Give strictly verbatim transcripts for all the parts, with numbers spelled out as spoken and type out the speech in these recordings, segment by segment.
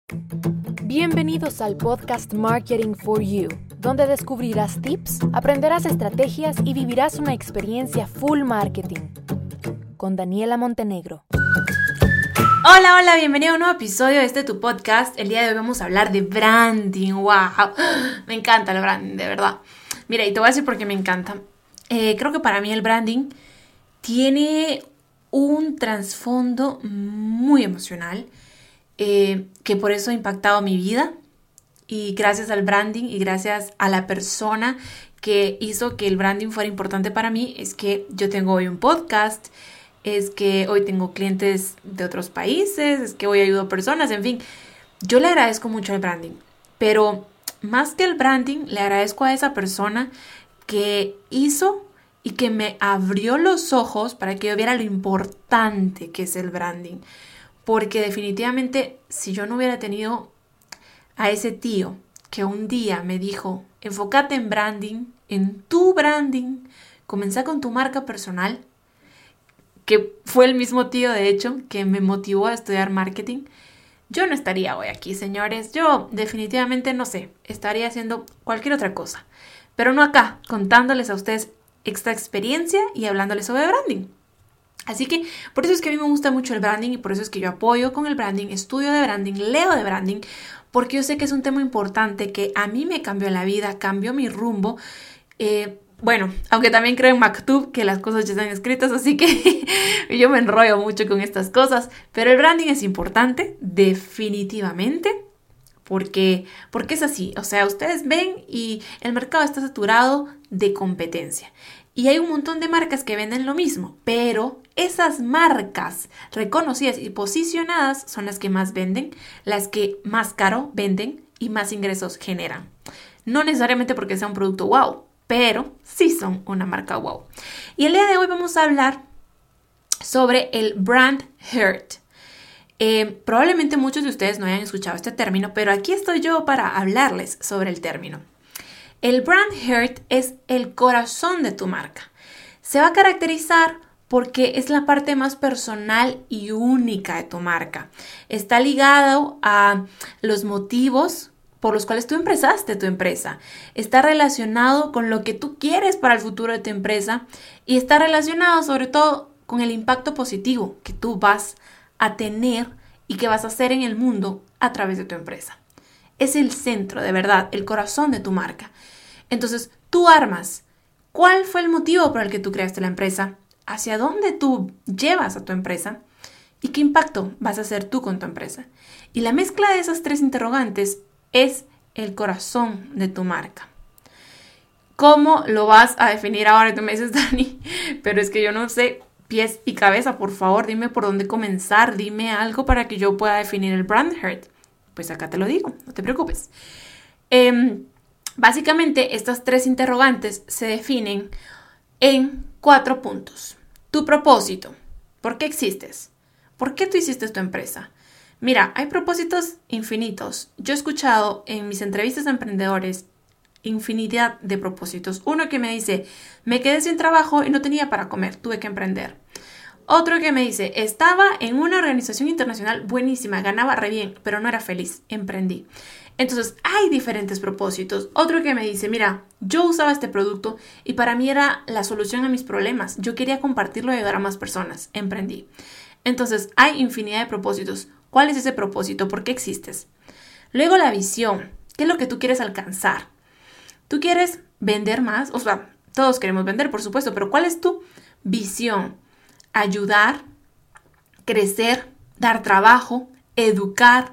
Bienvenidos al podcast Marketing for You, donde descubrirás tips, aprenderás estrategias y vivirás una experiencia full marketing. Con Daniela Montenegro. Hola, hola, bienvenido a un nuevo episodio de este tu podcast. El día de hoy vamos a hablar de branding. ¡Wow! Me encanta el branding, de verdad. Mira, y te voy a decir por qué me encanta. Eh, creo que para mí el branding tiene un trasfondo muy emocional. Eh, que por eso ha impactado mi vida, y gracias al branding y gracias a la persona que hizo que el branding fuera importante para mí es que yo tengo hoy un podcast, es que hoy tengo clientes de otros países, es que hoy ayudo a personas, en fin, yo le agradezco mucho al branding, pero más que el branding le agradezco a esa persona que hizo y que me abrió los ojos para que yo viera lo importante que es el branding. Porque definitivamente si yo no hubiera tenido a ese tío que un día me dijo, enfócate en branding, en tu branding, comenzá con tu marca personal, que fue el mismo tío de hecho que me motivó a estudiar marketing, yo no estaría hoy aquí, señores. Yo definitivamente no sé, estaría haciendo cualquier otra cosa, pero no acá, contándoles a ustedes esta experiencia y hablándoles sobre branding. Así que por eso es que a mí me gusta mucho el branding y por eso es que yo apoyo con el branding, estudio de branding, leo de branding, porque yo sé que es un tema importante que a mí me cambió la vida, cambió mi rumbo. Eh, bueno, aunque también creo en Maktub que las cosas ya están escritas, así que yo me enrollo mucho con estas cosas, pero el branding es importante, definitivamente. Porque, porque es así, o sea, ustedes ven y el mercado está saturado de competencia. Y hay un montón de marcas que venden lo mismo, pero esas marcas reconocidas y posicionadas son las que más venden, las que más caro venden y más ingresos generan. No necesariamente porque sea un producto wow, pero sí son una marca wow. Y el día de hoy vamos a hablar sobre el brand hurt. Eh, probablemente muchos de ustedes no hayan escuchado este término, pero aquí estoy yo para hablarles sobre el término. El brand heart es el corazón de tu marca. Se va a caracterizar porque es la parte más personal y única de tu marca. Está ligado a los motivos por los cuales tú empezaste tu empresa. Está relacionado con lo que tú quieres para el futuro de tu empresa y está relacionado sobre todo con el impacto positivo que tú vas a tener y que vas a hacer en el mundo a través de tu empresa. Es el centro, de verdad, el corazón de tu marca. Entonces, tú armas cuál fue el motivo por el que tú creaste la empresa, hacia dónde tú llevas a tu empresa y qué impacto vas a hacer tú con tu empresa. Y la mezcla de esas tres interrogantes es el corazón de tu marca. ¿Cómo lo vas a definir ahora? Tú me dices, Dani, pero es que yo no sé pies y cabeza. Por favor, dime por dónde comenzar, dime algo para que yo pueda definir el brand heart. Pues acá te lo digo, no te preocupes. Eh, básicamente, estas tres interrogantes se definen en cuatro puntos. Tu propósito. ¿Por qué existes? ¿Por qué tú hiciste tu empresa? Mira, hay propósitos infinitos. Yo he escuchado en mis entrevistas a emprendedores infinidad de propósitos. Uno que me dice, me quedé sin trabajo y no tenía para comer, tuve que emprender. Otro que me dice, estaba en una organización internacional buenísima, ganaba re bien, pero no era feliz, emprendí. Entonces, hay diferentes propósitos. Otro que me dice, mira, yo usaba este producto y para mí era la solución a mis problemas. Yo quería compartirlo y ayudar a más personas, emprendí. Entonces, hay infinidad de propósitos. ¿Cuál es ese propósito? ¿Por qué existes? Luego, la visión. ¿Qué es lo que tú quieres alcanzar? ¿Tú quieres vender más? O sea, todos queremos vender, por supuesto, pero ¿cuál es tu visión? Ayudar, crecer, dar trabajo, educar,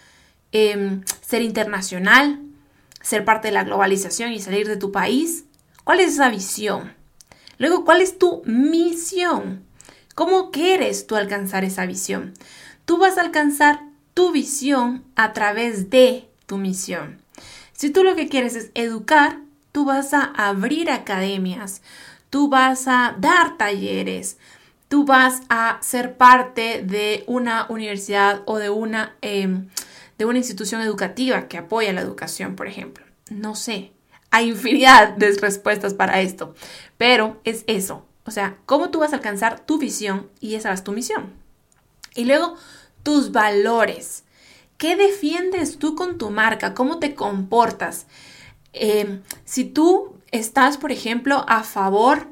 eh, ser internacional, ser parte de la globalización y salir de tu país. ¿Cuál es esa visión? Luego, ¿cuál es tu misión? ¿Cómo quieres tú alcanzar esa visión? Tú vas a alcanzar tu visión a través de tu misión. Si tú lo que quieres es educar, tú vas a abrir academias, tú vas a dar talleres, tú vas a ser parte de una universidad o de una, eh, de una institución educativa que apoya la educación, por ejemplo. No sé, hay infinidad de respuestas para esto, pero es eso. O sea, cómo tú vas a alcanzar tu visión y esa es tu misión. Y luego, tus valores. ¿qué defiendes tú con tu marca? ¿Cómo te comportas? Eh, si tú estás, por ejemplo, a favor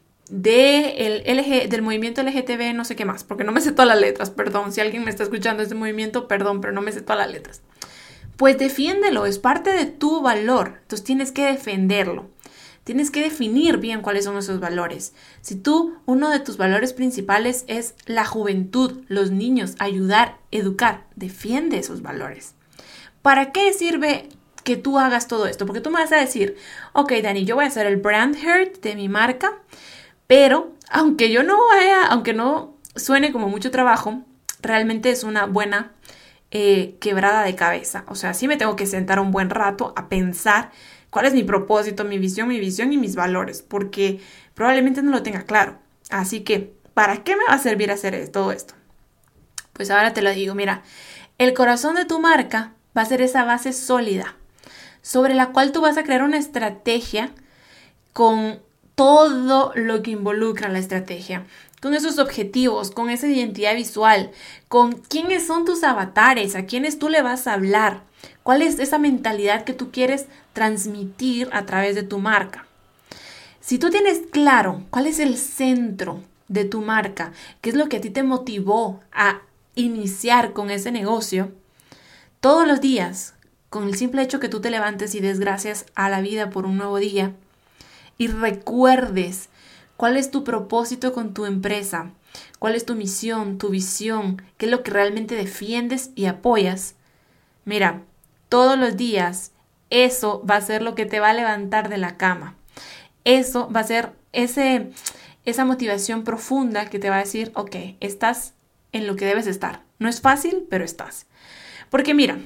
de el L G, del movimiento L G T B, no sé qué más, porque no me sé todas las letras, perdón, si alguien me está escuchando este movimiento, perdón, pero no me sé todas las letras. Pues defiéndelo, es parte de tu valor, entonces tienes que defenderlo. Tienes que definir bien cuáles son esos valores. Si tú, uno de tus valores principales es la juventud, los niños, ayudar, educar, defiende esos valores. ¿Para qué sirve que tú hagas todo esto? Porque tú me vas a decir, ok, Dani, yo voy a hacer el brand heart de mi marca, pero aunque yo no vaya, aunque no suene como mucho trabajo, realmente es una buena eh, quebrada de cabeza. O sea, sí me tengo que sentar un buen rato a pensar cuál es mi propósito, mi visión, mi visión y mis valores, porque probablemente no lo tenga claro. Así que, ¿para qué me va a servir hacer todo esto? Pues ahora te lo digo, mira, el corazón de tu marca va a ser esa base sólida sobre la cual tú vas a crear una estrategia con todo lo que involucra la estrategia, con esos objetivos, con esa identidad visual, con quiénes son tus avatares, a quiénes tú le vas a hablar, cuál es esa mentalidad que tú quieres transmitir a través de tu marca. Si tú tienes claro cuál es el centro de tu marca, qué es lo que a ti te motivó a iniciar con ese negocio, todos los días, con el simple hecho que tú te levantes y des gracias a la vida por un nuevo día y recuerdes cuál es tu propósito con tu empresa, cuál es tu misión, tu visión, qué es lo que realmente defiendes y apoyas. Mira, todos los días eso va a ser lo que te va a levantar de la cama. Eso va a ser ese, esa motivación profunda que te va a decir, ok, estás en lo que debes estar. No es fácil, pero estás. Porque mira,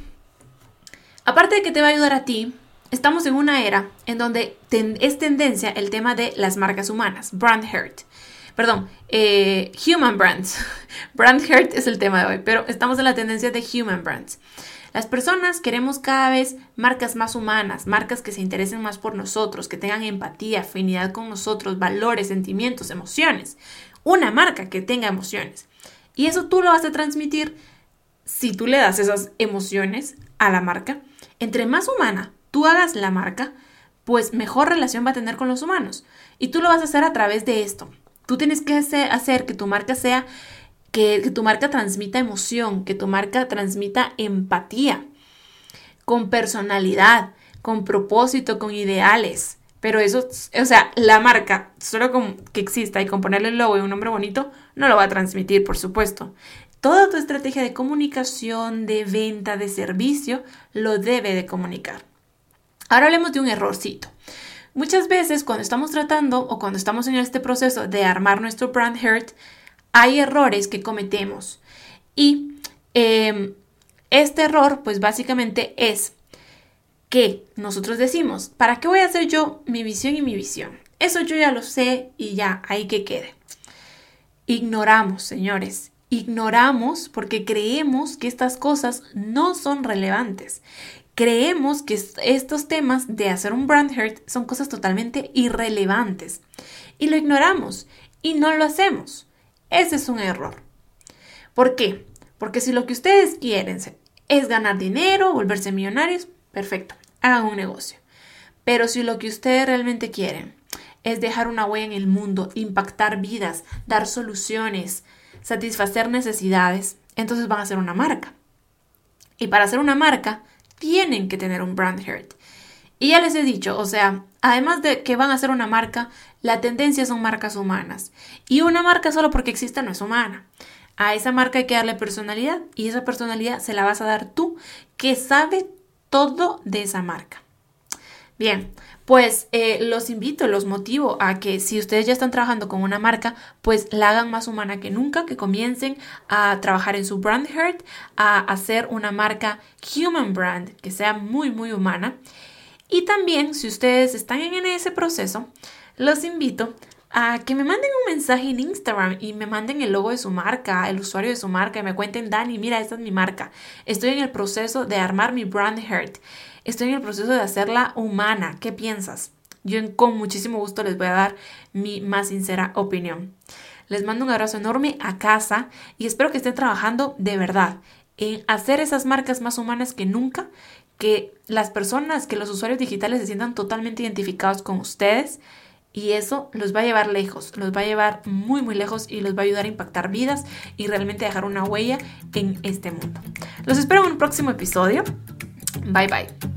aparte de que te va a ayudar a ti, estamos en una era en donde ten, es tendencia el tema de las marcas humanas, brand heart. Perdón, eh, human brands. Brand heart es el tema de hoy, pero estamos en la tendencia de human brands. Las personas queremos cada vez marcas más humanas, marcas que se interesen más por nosotros, que tengan empatía, afinidad con nosotros, valores, sentimientos, emociones. Una marca que tenga emociones. Y eso tú lo vas a transmitir si tú le das esas emociones a la marca. Entre más humana tú hagas la marca, pues mejor relación va a tener con los humanos. Y tú lo vas a hacer a través de esto. Tú tienes que hacer que tu marca sea, que, que tu marca transmita emoción, que tu marca transmita empatía, con personalidad, con propósito, con ideales. Pero eso, o sea, la marca, solo con que exista y con ponerle el logo y un nombre bonito, no lo va a transmitir, por supuesto. Toda tu estrategia de comunicación, de venta, de servicio, lo debe de comunicar. Ahora hablemos de un errorcito. Muchas veces cuando estamos tratando o cuando estamos en este proceso de armar nuestro brand heart, hay errores que cometemos. Y eh, este error, pues básicamente es que nosotros decimos, ¿para qué voy a hacer yo mi visión y mi visión? Eso yo ya lo sé y ya, ahí que quede. Ignoramos, señores. Ignoramos porque creemos que estas cosas no son relevantes. Creemos que estos temas de hacer un brand heart son cosas totalmente irrelevantes. Y lo ignoramos y no lo hacemos. Ese es un error. ¿Por qué? Porque si lo que ustedes quieren es ganar dinero, volverse millonarios, perfecto, hagan un negocio. Pero si lo que ustedes realmente quieren es dejar una huella en el mundo, impactar vidas, dar soluciones, satisfacer necesidades, entonces van a hacer una marca. Y para hacer una marca, tienen que tener un brand heart. Y ya les he dicho, o sea, además de que van a hacer una marca, la tendencia son marcas humanas. Y una marca solo porque existe no es humana. A esa marca hay que darle personalidad y esa personalidad se la vas a dar tú, que sabe todo de esa marca. Bien, pues eh, los invito, los motivo a que si ustedes ya están trabajando con una marca, pues la hagan más humana que nunca, que comiencen a trabajar en su brand heart, a hacer una marca human brand, que sea muy, muy humana. Y también, si ustedes están en ese proceso, los invito a que me manden un mensaje en Instagram y me manden el logo de su marca, el usuario de su marca y me cuenten, Dani, mira, esta es mi marca. Estoy en el proceso de armar mi brand heart. Estoy en el proceso de hacerla humana. ¿Qué piensas? Yo con muchísimo gusto les voy a dar mi más sincera opinión. Les mando un abrazo enorme a casa y espero que estén trabajando de verdad en hacer esas marcas más humanas que nunca, que las personas, que los usuarios digitales se sientan totalmente identificados con ustedes, y eso los va a llevar lejos, los va a llevar muy muy lejos y los va a ayudar a impactar vidas y realmente dejar una huella en este mundo. Los espero en un próximo episodio. Bye bye.